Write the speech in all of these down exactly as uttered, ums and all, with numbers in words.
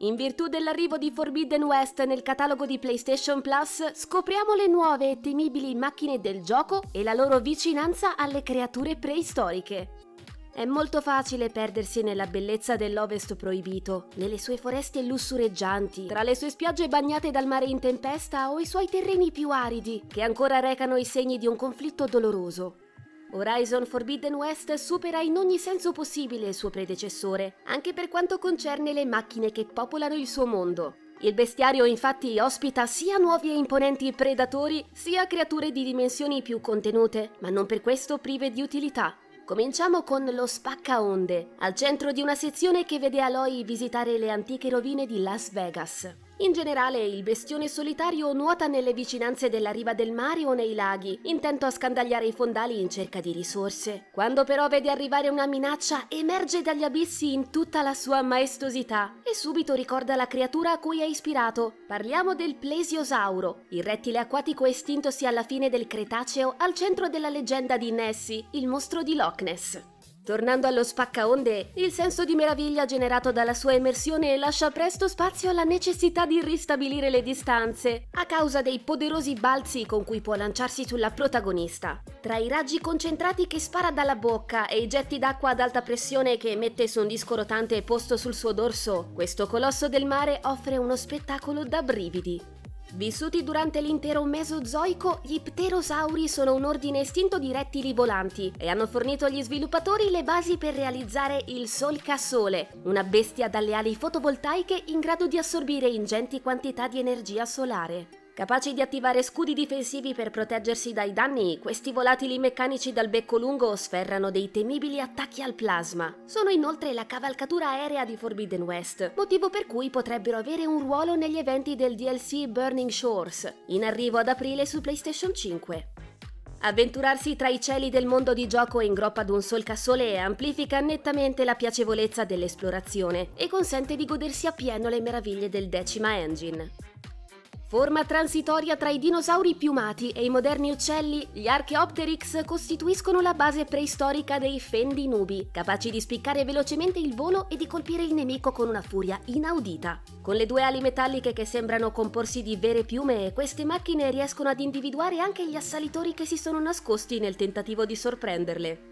In virtù dell'arrivo di Forbidden West nel catalogo di PlayStation Plus, scopriamo le nuove e temibili macchine del gioco e la loro vicinanza alle creature preistoriche. È molto facile perdersi nella bellezza dell'Ovest proibito, nelle sue foreste lussureggianti, tra le sue spiagge bagnate dal mare in tempesta o i suoi terreni più aridi, che ancora recano i segni di un conflitto doloroso. Horizon Forbidden West supera in ogni senso possibile il suo predecessore, anche per quanto concerne le macchine che popolano il suo mondo. Il bestiario infatti ospita sia nuovi e imponenti predatori, sia creature di dimensioni più contenute, ma non per questo prive di utilità. Cominciamo con lo Spaccaonde, al centro di una sezione che vede Aloy visitare le antiche rovine di Las Vegas. In generale, il bestione solitario nuota nelle vicinanze della riva del mare o nei laghi, intento a scandagliare i fondali in cerca di risorse. Quando però vede arrivare una minaccia, emerge dagli abissi in tutta la sua maestosità e subito ricorda la creatura a cui è ispirato. Parliamo del plesiosauro, il rettile acquatico estintosi alla fine del Cretaceo al centro della leggenda di Nessie, il mostro di Loch Ness. Tornando allo Spaccaonde, il senso di meraviglia generato dalla sua immersione lascia presto spazio alla necessità di ristabilire le distanze, a causa dei poderosi balzi con cui può lanciarsi sulla protagonista. Tra i raggi concentrati che spara dalla bocca e i getti d'acqua ad alta pressione che emette su un disco rotante posto sul suo dorso, questo colosso del mare offre uno spettacolo da brividi. Vissuti durante l'intero Mesozoico, gli pterosauri sono un ordine estinto di rettili volanti e hanno fornito agli sviluppatori le basi per realizzare il Solcasole, una bestia dalle ali fotovoltaiche in grado di assorbire ingenti quantità di energia solare. Capaci di attivare scudi difensivi per proteggersi dai danni, questi volatili meccanici dal becco lungo sferrano dei temibili attacchi al plasma. Sono inoltre la cavalcatura aerea di Forbidden West, motivo per cui potrebbero avere un ruolo negli eventi del D L C Burning Shores, in arrivo ad aprile su PlayStation cinque. Avventurarsi tra i cieli del mondo di gioco in groppa ad un solcasole amplifica nettamente la piacevolezza dell'esplorazione e consente di godersi appieno le meraviglie del Decima Engine. Forma transitoria tra i dinosauri piumati e i moderni uccelli, gli Archaeopteryx costituiscono la base preistorica dei fendi nubi, capaci di spiccare velocemente il volo e di colpire il nemico con una furia inaudita. Con le due ali metalliche che sembrano comporsi di vere piume, queste macchine riescono ad individuare anche gli assalitori che si sono nascosti nel tentativo di sorprenderle.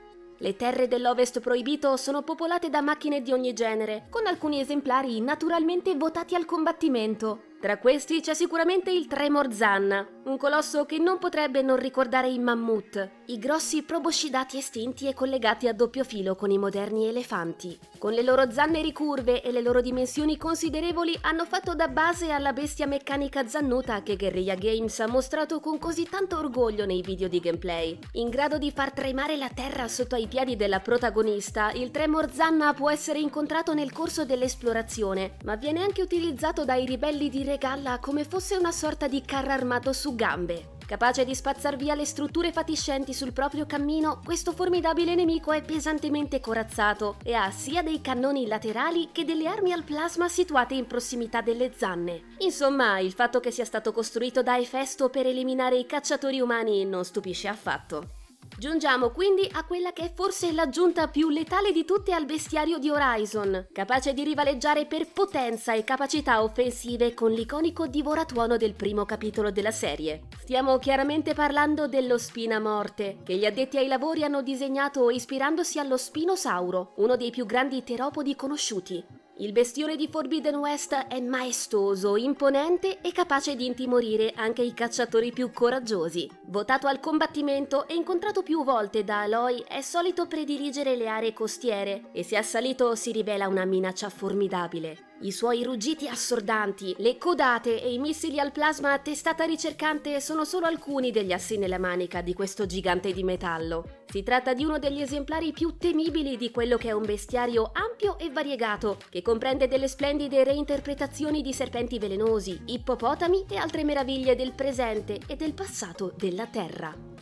Le terre dell'Ovest proibito sono popolate da macchine di ogni genere, con alcuni esemplari naturalmente votati al combattimento. Tra questi c'è sicuramente il Tremor Zanna, un colosso che non potrebbe non ricordare i mammut, i grossi proboscidati estinti e collegati a doppio filo con i moderni elefanti. Con le loro zanne ricurve e le loro dimensioni considerevoli hanno fatto da base alla bestia meccanica zannuta che Guerrilla Games ha mostrato con così tanto orgoglio nei video di gameplay. In grado di far tremare la terra sotto ai piedi della protagonista, il Tremor Zanna può essere incontrato nel corso dell'esplorazione, ma viene anche utilizzato dai ribelli di Regalla come fosse una sorta di carro armato su gambe. Capace di spazzar via le strutture fatiscenti sul proprio cammino, questo formidabile nemico è pesantemente corazzato e ha sia dei cannoni laterali che delle armi al plasma situate in prossimità delle zanne. Insomma, il fatto che sia stato costruito da Hefesto per eliminare i cacciatori umani non stupisce affatto. Giungiamo quindi a quella che è forse l'aggiunta più letale di tutte al bestiario di Horizon, capace di rivaleggiare per potenza e capacità offensive con l'iconico divoratuono del primo capitolo della serie. Stiamo chiaramente parlando dello Spinamorte, che gli addetti ai lavori hanno disegnato ispirandosi allo Spinosauro, uno dei più grandi teropodi conosciuti. Il bestione di Forbidden West è maestoso, imponente e capace di intimorire anche i cacciatori più coraggiosi. Votato al combattimento e incontrato più volte da Aloy, è solito prediligere le aree costiere e se assalito si rivela una minaccia formidabile. I suoi ruggiti assordanti, le codate e i missili al plasma a testata ricercante sono solo alcuni degli assi nella manica di questo gigante di metallo. Si tratta di uno degli esemplari più temibili di quello che è un bestiario ampio e variegato, che comprende delle splendide reinterpretazioni di serpenti velenosi, ippopotami e altre meraviglie del presente e del passato della Terra.